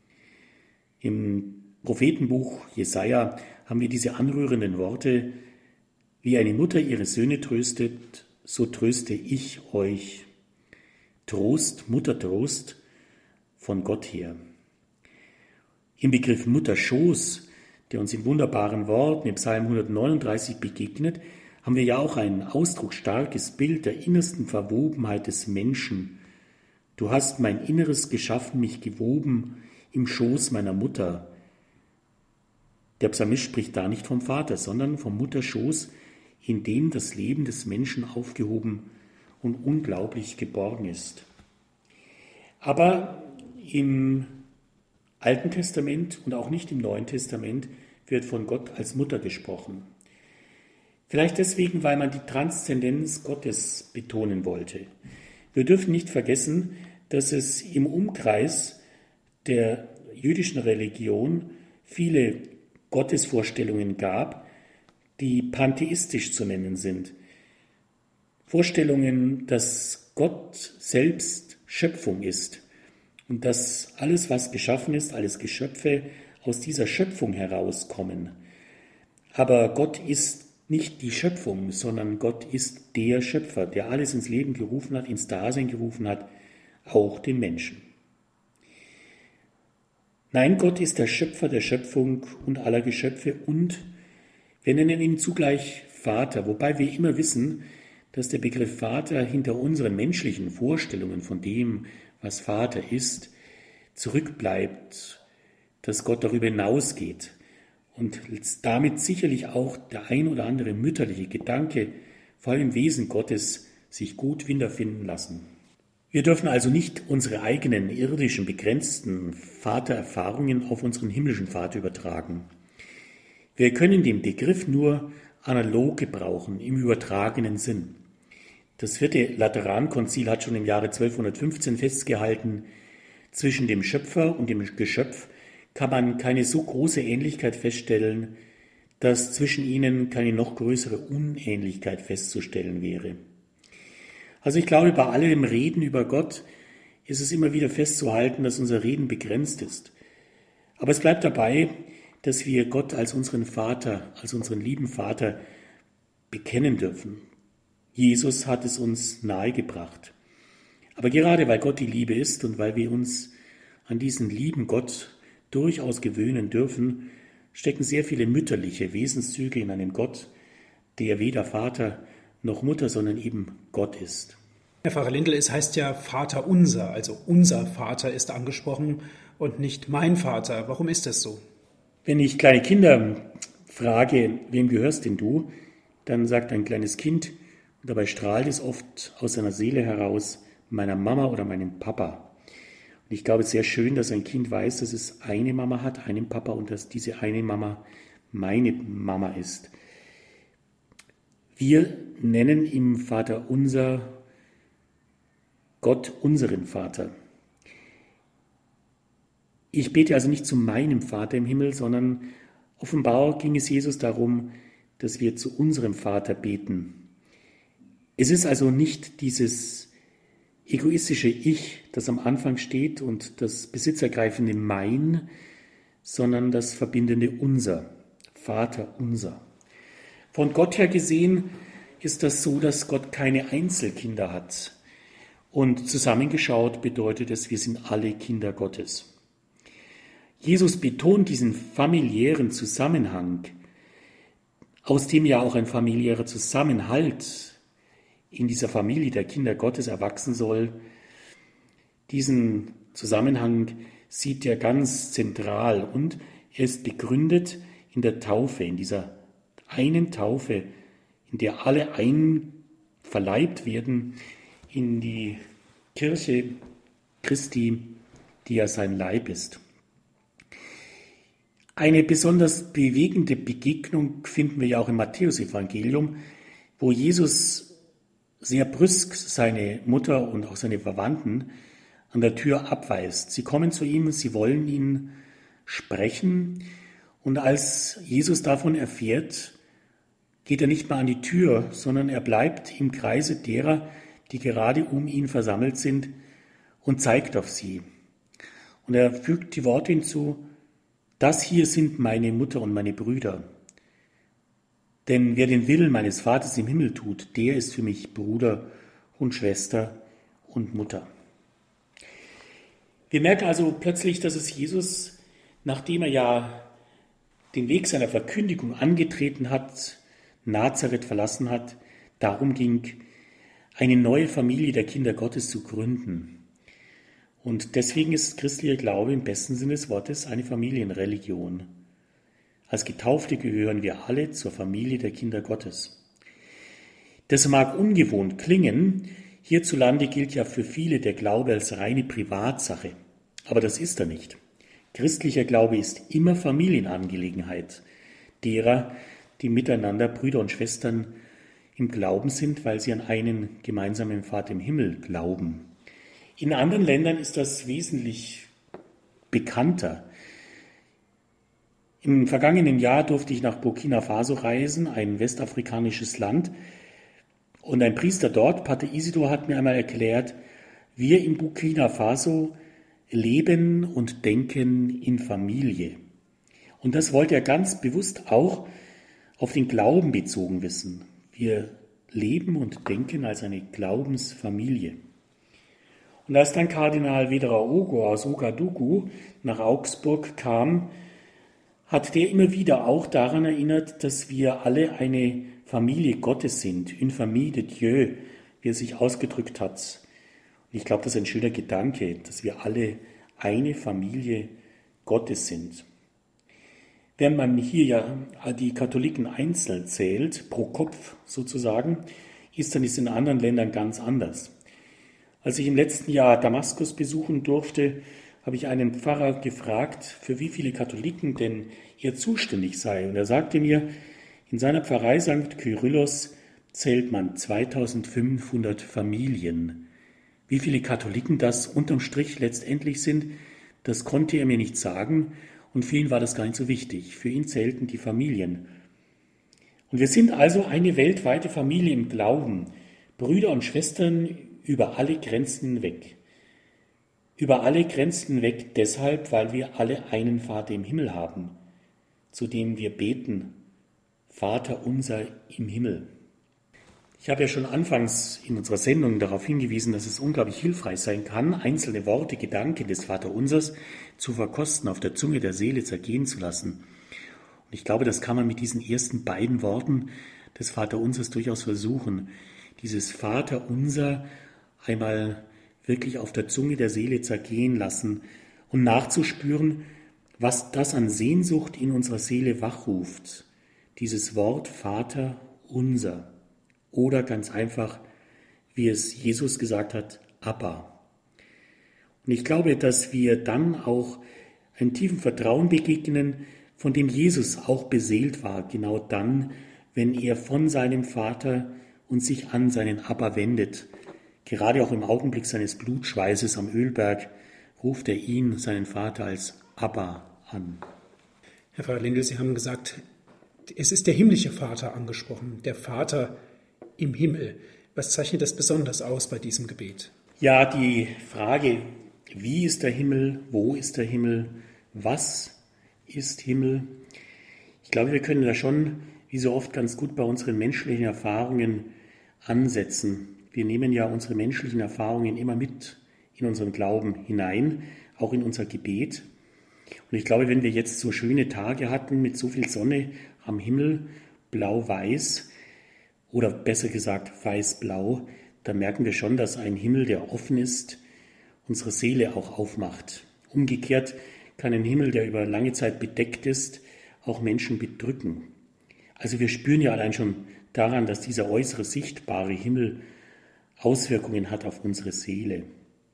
Im Prophetenbuch Jesaja haben wir diese anrührenden Worte: Wie eine Mutter ihre Söhne tröstet, so tröste ich euch. Trost, Muttertrost von Gott her. Im Begriff Mutterschoß, der uns in wunderbaren Worten im Psalm 139 begegnet, haben wir ja auch ein ausdrucksstarkes Bild der innersten Verwobenheit des Menschen. Du hast mein Inneres geschaffen, mich gewoben im Schoß meiner Mutter. Der Psalmist spricht da nicht vom Vater, sondern vom Mutterschoß, in dem das Leben des Menschen aufgehoben und unglaublich geborgen ist. Aber im Alten Testament und auch nicht im Neuen Testament wird von Gott als Mutter gesprochen. Vielleicht deswegen, weil man die Transzendenz Gottes betonen wollte. Wir dürfen nicht vergessen, dass es im Umkreis der jüdischen Religion viele Gottesvorstellungen gab, die pantheistisch zu nennen sind. Vorstellungen, dass Gott selbst Schöpfung ist und dass alles, was geschaffen ist, alles Geschöpfe aus dieser Schöpfung herauskommen. Aber Gott ist nicht die Schöpfung, sondern Gott ist der Schöpfer, der alles ins Leben gerufen hat, ins Dasein gerufen hat, auch den Menschen. Nein, Gott ist der Schöpfer der Schöpfung und aller Geschöpfe und wir nennen ihn zugleich Vater, wobei wir immer wissen, dass der Begriff Vater hinter unseren menschlichen Vorstellungen von dem, was Vater ist, zurückbleibt, dass Gott darüber hinausgeht und damit sicherlich auch der ein oder andere mütterliche Gedanke, vor allem im Wesen Gottes, sich gut wiederfinden lassen. Wir dürfen also nicht unsere eigenen irdischen, begrenzten Vatererfahrungen auf unseren himmlischen Vater übertragen. Wir können den Begriff nur analog gebrauchen, im übertragenen Sinn. Das 4. Laterankonzil hat schon im Jahre 1215 festgehalten, zwischen dem Schöpfer und dem Geschöpf kann man keine so große Ähnlichkeit feststellen, dass zwischen ihnen keine noch größere Unähnlichkeit festzustellen wäre. Also ich glaube, bei allem Reden über Gott ist es immer wieder festzuhalten, dass unser Reden begrenzt ist. Aber es bleibt dabei, dass wir Gott als unseren Vater, als unseren lieben Vater bekennen dürfen. Jesus hat es uns nahegebracht. Aber gerade weil Gott die Liebe ist und weil wir uns an diesen lieben Gott durchaus gewöhnen dürfen, stecken sehr viele mütterliche Wesenszüge in einem Gott, der weder Vater noch Mutter, sondern eben Gott ist. Herr Pfarrer Lindl, es heißt ja Vater unser, also unser Vater ist angesprochen und nicht mein Vater. Warum ist das so? Wenn ich kleine Kinder frage, wem gehörst denn du, dann sagt ein kleines Kind, und dabei strahlt es oft aus seiner Seele heraus, meiner Mama oder meinem Papa. Und ich glaube, es ist sehr schön, dass ein Kind weiß, dass es eine Mama hat, einen Papa und dass diese eine Mama meine Mama ist. Wir nennen im Vater unser Gott unseren Vater. Ich bete also nicht zu meinem Vater im Himmel, sondern offenbar ging es Jesus darum, dass wir zu unserem Vater beten. Es ist also nicht dieses egoistische Ich, das am Anfang steht und das besitzergreifende Mein, sondern das verbindende Unser, Vater unser. Von Gott her gesehen ist das so, dass Gott keine Einzelkinder hat. Und zusammengeschaut bedeutet es, wir sind alle Kinder Gottes. Jesus betont diesen familiären Zusammenhang, aus dem ja auch ein familiärer Zusammenhalt in dieser Familie der Kinder Gottes erwachsen soll. Diesen Zusammenhang sieht er ganz zentral und er ist begründet in der Taufe, in dieser einen Taufe, in der alle verleibt werden in die Kirche Christi, die ja sein Leib ist. Eine besonders bewegende Begegnung finden wir ja auch im Matthäusevangelium, wo Jesus sehr brüsk seine Mutter und auch seine Verwandten an der Tür abweist. Sie kommen zu ihm, sie wollen ihn sprechen und als Jesus davon erfährt, geht er nicht mehr an die Tür, sondern er bleibt im Kreise derer, die gerade um ihn versammelt sind und zeigt auf sie. Und er fügt die Worte hinzu, das hier sind meine Mutter und meine Brüder. Denn wer den Willen meines Vaters im Himmel tut, der ist für mich Bruder und Schwester und Mutter. Wir merken also plötzlich, dass es Jesus, nachdem er ja den Weg seiner Verkündigung angetreten hat, Nazareth verlassen hat, darum ging, eine neue Familie der Kinder Gottes zu gründen. Und deswegen ist christlicher Glaube im besten Sinne des Wortes eine Familienreligion. Als Getaufte gehören wir alle zur Familie der Kinder Gottes. Das mag ungewohnt klingen, hierzulande gilt ja für viele der Glaube als reine Privatsache, aber das ist er nicht. Christlicher Glaube ist immer Familienangelegenheit derer, die miteinander Brüder und Schwestern im Glauben sind, weil sie an einen gemeinsamen Vater im Himmel glauben. In anderen Ländern ist das wesentlich bekannter. Im vergangenen Jahr durfte ich nach Burkina Faso reisen, ein westafrikanisches Land. Und ein Priester dort, Pater Isidor, hat mir einmal erklärt, wir in Burkina Faso leben und denken in Familie. Und das wollte er ganz bewusst auch auf den Glauben bezogen wissen. Wir leben und denken als eine Glaubensfamilie. Und als dann Kardinal Ouedraogo aus Ouagadougou nach Augsburg kam, hat der immer wieder auch daran erinnert, dass wir alle eine Familie Gottes sind, une famille de Dieu, wie er sich ausgedrückt hat. Und ich glaube, das ist ein schöner Gedanke, dass wir alle eine Familie Gottes sind. Während man hier ja die Katholiken einzeln zählt, pro Kopf sozusagen, ist dann in anderen Ländern ganz anders. Als ich im letzten Jahr Damaskus besuchen durfte, habe ich einen Pfarrer gefragt, für wie viele Katholiken denn er zuständig sei. Und er sagte mir, in seiner Pfarrei St. Kyrillos zählt man 2500 Familien. Wie viele Katholiken das unterm Strich letztendlich sind, das konnte er mir nicht sagen. Und für ihn war das gar nicht so wichtig. Für ihn zählten die Familien. Und wir sind also eine weltweite Familie im Glauben. Brüder und Schwestern über alle Grenzen hinweg. Über alle Grenzen hinweg deshalb, weil wir alle einen Vater im Himmel haben, zu dem wir beten. Vater unser im Himmel. Ich habe ja schon anfangs in unserer Sendung darauf hingewiesen, dass es unglaublich hilfreich sein kann, einzelne Worte, Gedanken des Vaterunsers zu verkosten, auf der Zunge der Seele zergehen zu lassen. Und ich glaube, das kann man mit diesen ersten beiden Worten des Vaterunsers durchaus versuchen, dieses Vaterunser einmal wirklich auf der Zunge der Seele zergehen lassen und nachzuspüren, was das an Sehnsucht in unserer Seele wachruft. Dieses Wort Vater unser. Oder ganz einfach, wie es Jesus gesagt hat, Abba. Und ich glaube, dass wir dann auch einem tiefen Vertrauen begegnen, von dem Jesus auch beseelt war, genau dann, wenn er von seinem Vater und sich an seinen Abba wendet. Gerade auch im Augenblick seines Blutschweißes am Ölberg ruft er ihn, seinen Vater, als Abba an. Herr Pfarrer Lindl, Sie haben gesagt, es ist der himmlische Vater angesprochen, der Vater im Himmel. Was zeichnet das besonders aus bei diesem Gebet? Ja, die Frage, wie ist der Himmel, wo ist der Himmel, was ist Himmel? Ich glaube, wir können da schon, wie so oft, ganz gut bei unseren menschlichen Erfahrungen ansetzen. Wir nehmen ja unsere menschlichen Erfahrungen immer mit in unseren Glauben hinein, auch in unser Gebet. Und ich glaube, wenn wir jetzt so schöne Tage hatten mit so viel Sonne am Himmel, blau-weiß oder besser gesagt weiß-blau, dann merken wir schon, dass ein Himmel, der offen ist, unsere Seele auch aufmacht. Umgekehrt kann ein Himmel, der über lange Zeit bedeckt ist, auch Menschen bedrücken. Also wir spüren ja allein schon daran, dass dieser äußere sichtbare Himmel Auswirkungen hat auf unsere Seele.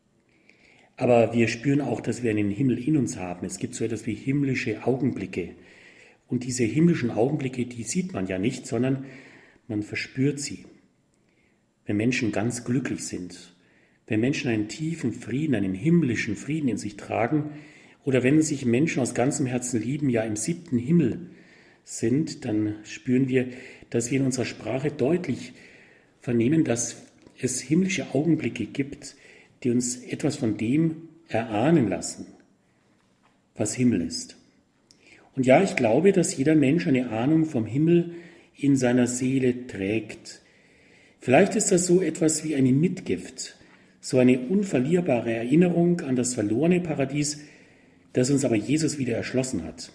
Aber wir spüren auch, dass wir einen Himmel in uns haben. Es gibt so etwas wie himmlische Augenblicke. Und diese himmlischen Augenblicke, die sieht man ja nicht, sondern man verspürt sie. Wenn Menschen ganz glücklich sind, wenn Menschen einen tiefen Frieden, einen himmlischen Frieden in sich tragen, oder wenn sich Menschen aus ganzem Herzen lieben, ja im 7. Himmel sind, dann spüren wir, dass wir in unserer Sprache deutlich vernehmen, dass es himmlische Augenblicke gibt, die uns etwas von dem erahnen lassen, was Himmel ist. Und ja, ich glaube, dass jeder Mensch eine Ahnung vom Himmel in seiner Seele trägt. Vielleicht ist das so etwas wie eine Mitgift, so eine unverlierbare Erinnerung an das verlorene Paradies, das uns aber Jesus wieder erschlossen hat.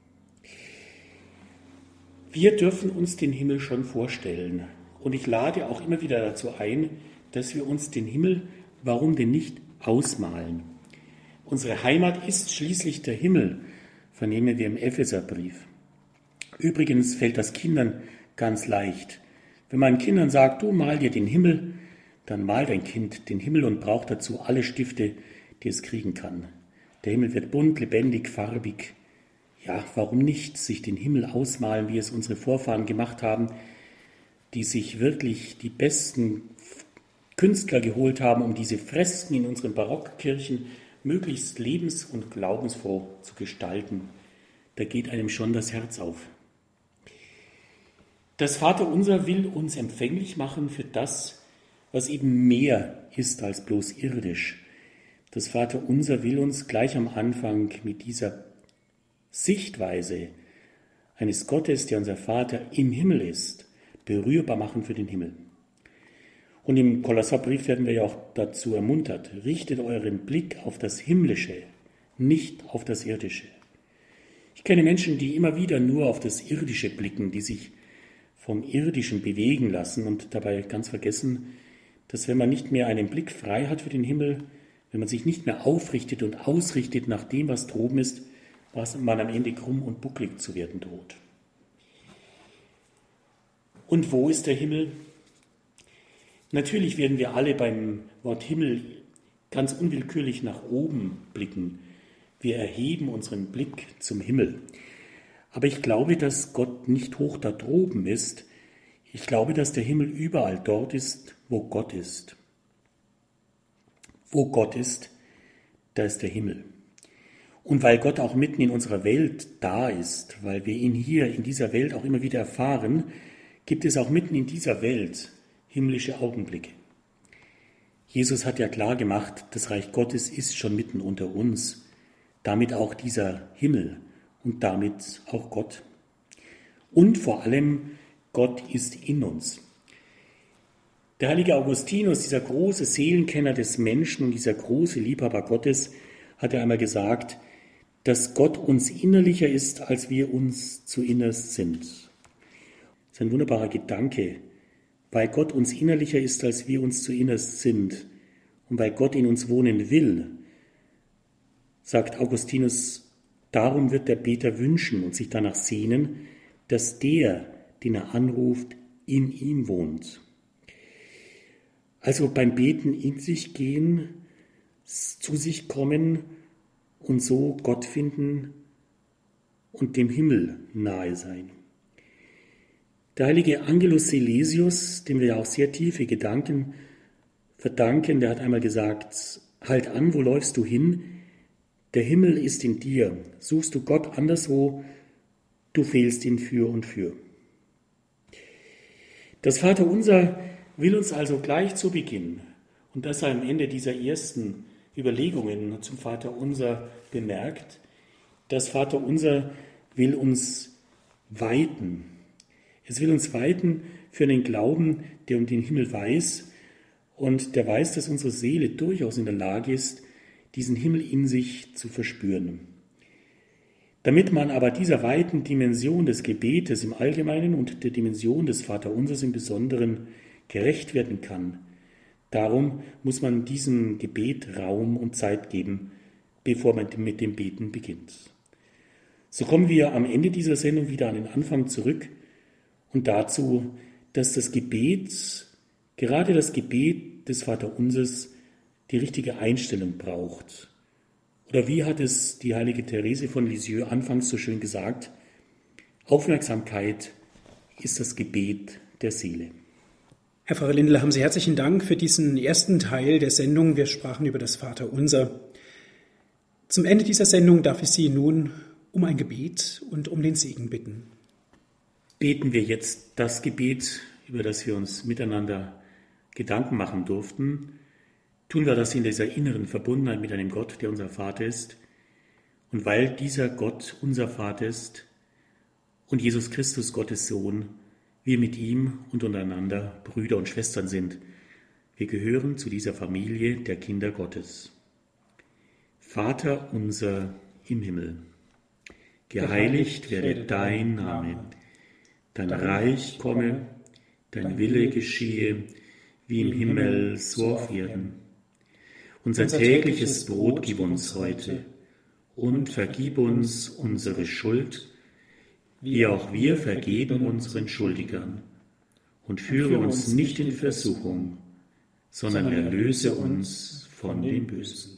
Wir dürfen uns den Himmel schon vorstellen. Und ich lade auch immer wieder dazu ein, dass wir uns den Himmel, warum denn nicht, ausmalen. Unsere Heimat ist schließlich der Himmel, vernehmen wir im Epheserbrief. Übrigens fällt das Kindern ganz leicht. Wenn man Kindern sagt, du mal dir den Himmel, dann malt ein Kind den Himmel und braucht dazu alle Stifte, die es kriegen kann. Der Himmel wird bunt, lebendig, farbig. Ja, warum nicht sich den Himmel ausmalen, wie es unsere Vorfahren gemacht haben, die sich wirklich die besten Künstler geholt haben, um diese Fresken in unseren Barockkirchen möglichst lebens- und glaubensfroh zu gestalten. Da geht einem schon das Herz auf. Das Vaterunser will uns empfänglich machen für das, was eben mehr ist als bloß irdisch. Das Vaterunser will uns gleich am Anfang mit dieser Sichtweise eines Gottes, der unser Vater im Himmel ist, berührbar machen für den Himmel. Und im Kolosserbrief werden wir ja auch dazu ermuntert, richtet euren Blick auf das Himmlische, nicht auf das Irdische. Ich kenne Menschen, die immer wieder nur auf das Irdische blicken, die sich vom Irdischen bewegen lassen und dabei ganz vergessen, dass wenn man nicht mehr einen Blick frei hat für den Himmel, wenn man sich nicht mehr aufrichtet und ausrichtet nach dem, was droben ist, was man am Ende krumm und bucklig zu werden droht. Und wo ist der Himmel? Natürlich werden wir alle beim Wort Himmel ganz unwillkürlich nach oben blicken. Wir erheben unseren Blick zum Himmel. Aber ich glaube, dass Gott nicht hoch da droben ist. Ich glaube, dass der Himmel überall dort ist, wo Gott ist. Wo Gott ist, da ist der Himmel. Und weil Gott auch mitten in unserer Welt da ist, weil wir ihn hier in dieser Welt auch immer wieder erfahren, gibt es auch mitten in dieser Welt himmlische Augenblicke. Jesus hat ja klar gemacht, das Reich Gottes ist schon mitten unter uns, damit auch dieser Himmel und damit auch Gott. Und vor allem, Gott ist in uns. Der heilige Augustinus, dieser große Seelenkenner des Menschen und dieser große Liebhaber Gottes, hat ja einmal gesagt, dass Gott uns innerlicher ist, als wir uns zu innerst sind. Das ist ein wunderbarer Gedanke. Weil Gott uns innerlicher ist, als wir uns zuinnerst sind und weil Gott in uns wohnen will, sagt Augustinus, darum wird der Beter wünschen und sich danach sehnen, dass der, den er anruft, in ihm wohnt. Also beim Beten in sich gehen, zu sich kommen und so Gott finden und dem Himmel nahe sein. Der heilige Angelus Silesius, dem wir ja auch sehr tiefe Gedanken verdanken, der hat einmal gesagt, halt an, wo läufst du hin? Der Himmel ist in dir. Suchst du Gott anderswo, du fehlst ihn für und für. Das Vaterunser will uns also gleich zu Beginn, und das am Ende dieser ersten Überlegungen zum Vaterunser bemerkt, das Vaterunser will uns weiten. Es will uns weiten für einen Glauben, der um den Himmel weiß und der weiß, dass unsere Seele durchaus in der Lage ist, diesen Himmel in sich zu verspüren. Damit man aber dieser weiten Dimension des Gebetes im Allgemeinen und der Dimension des Vaterunsers im Besonderen gerecht werden kann, darum muss man diesem Gebet Raum und Zeit geben, bevor man mit dem Beten beginnt. So kommen wir am Ende dieser Sendung wieder an den Anfang zurück und dazu, dass das Gebet, gerade das Gebet des Vaterunsers, die richtige Einstellung braucht. Oder wie hat es die heilige Therese von Lisieux anfangs so schön gesagt, Aufmerksamkeit ist das Gebet der Seele. Herr Pfarrer Lindele, haben Sie herzlichen Dank für diesen ersten Teil der Sendung. Wir sprachen über das Vaterunser. Zum Ende dieser Sendung darf ich Sie nun um ein Gebet und um den Segen bitten. Beten wir jetzt das Gebet, über das wir uns miteinander Gedanken machen durften. Tun wir das in dieser inneren Verbundenheit mit einem Gott, der unser Vater ist. Und weil dieser Gott unser Vater ist und Jesus Christus, Gottes Sohn, wir mit ihm und untereinander Brüder und Schwestern sind. Wir gehören zu dieser Familie der Kinder Gottes. Vater unser im Himmel, geheiligt werde dein Name, dein Reich komme, dein Wille geschehe, wie im Himmel so auf Erden. Unser tägliches Brot gib uns heute und vergib uns unsere Schuld, wie auch wir vergeben unseren Schuldigern. Und führe uns nicht in Versuchung, sondern erlöse uns von dem Bösen.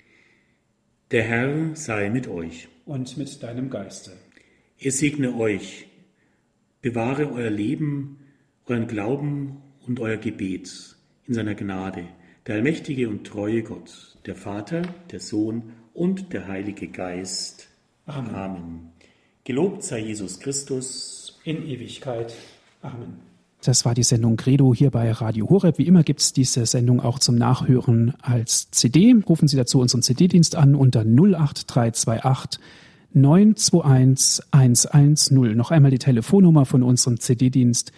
Der Herr sei mit euch. Und mit deinem Geiste. Er segne euch, bewahre euer Leben, euren Glauben und euer Gebet in seiner Gnade. Der allmächtige und treue Gott, der Vater, der Sohn und der Heilige Geist. Amen. Amen. Gelobt sei Jesus Christus in Ewigkeit. Amen. Das war die Sendung Credo hier bei Radio Horeb. Wie immer gibt es diese Sendung auch zum Nachhören als CD. Rufen Sie dazu unseren CD-Dienst an unter 08328 921 110. Noch einmal die Telefonnummer von unserem CD-Dienst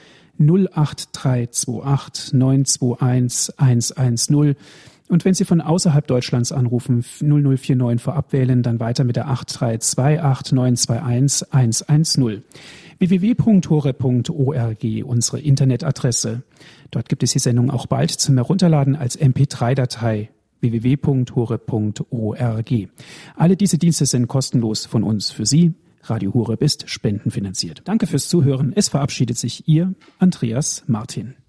08328 921 110. Und wenn Sie von außerhalb Deutschlands anrufen, 0049 vorab wählen, dann weiter mit der 8328 921 110. www.horeb.org, unsere Internetadresse. Dort gibt es die Sendung auch bald zum Herunterladen als MP3-Datei. www.horeb.org. Alle diese Dienste sind kostenlos von uns für Sie. Radio Horeb ist spendenfinanziert. Danke fürs Zuhören. Es verabschiedet sich Ihr Andreas Martin.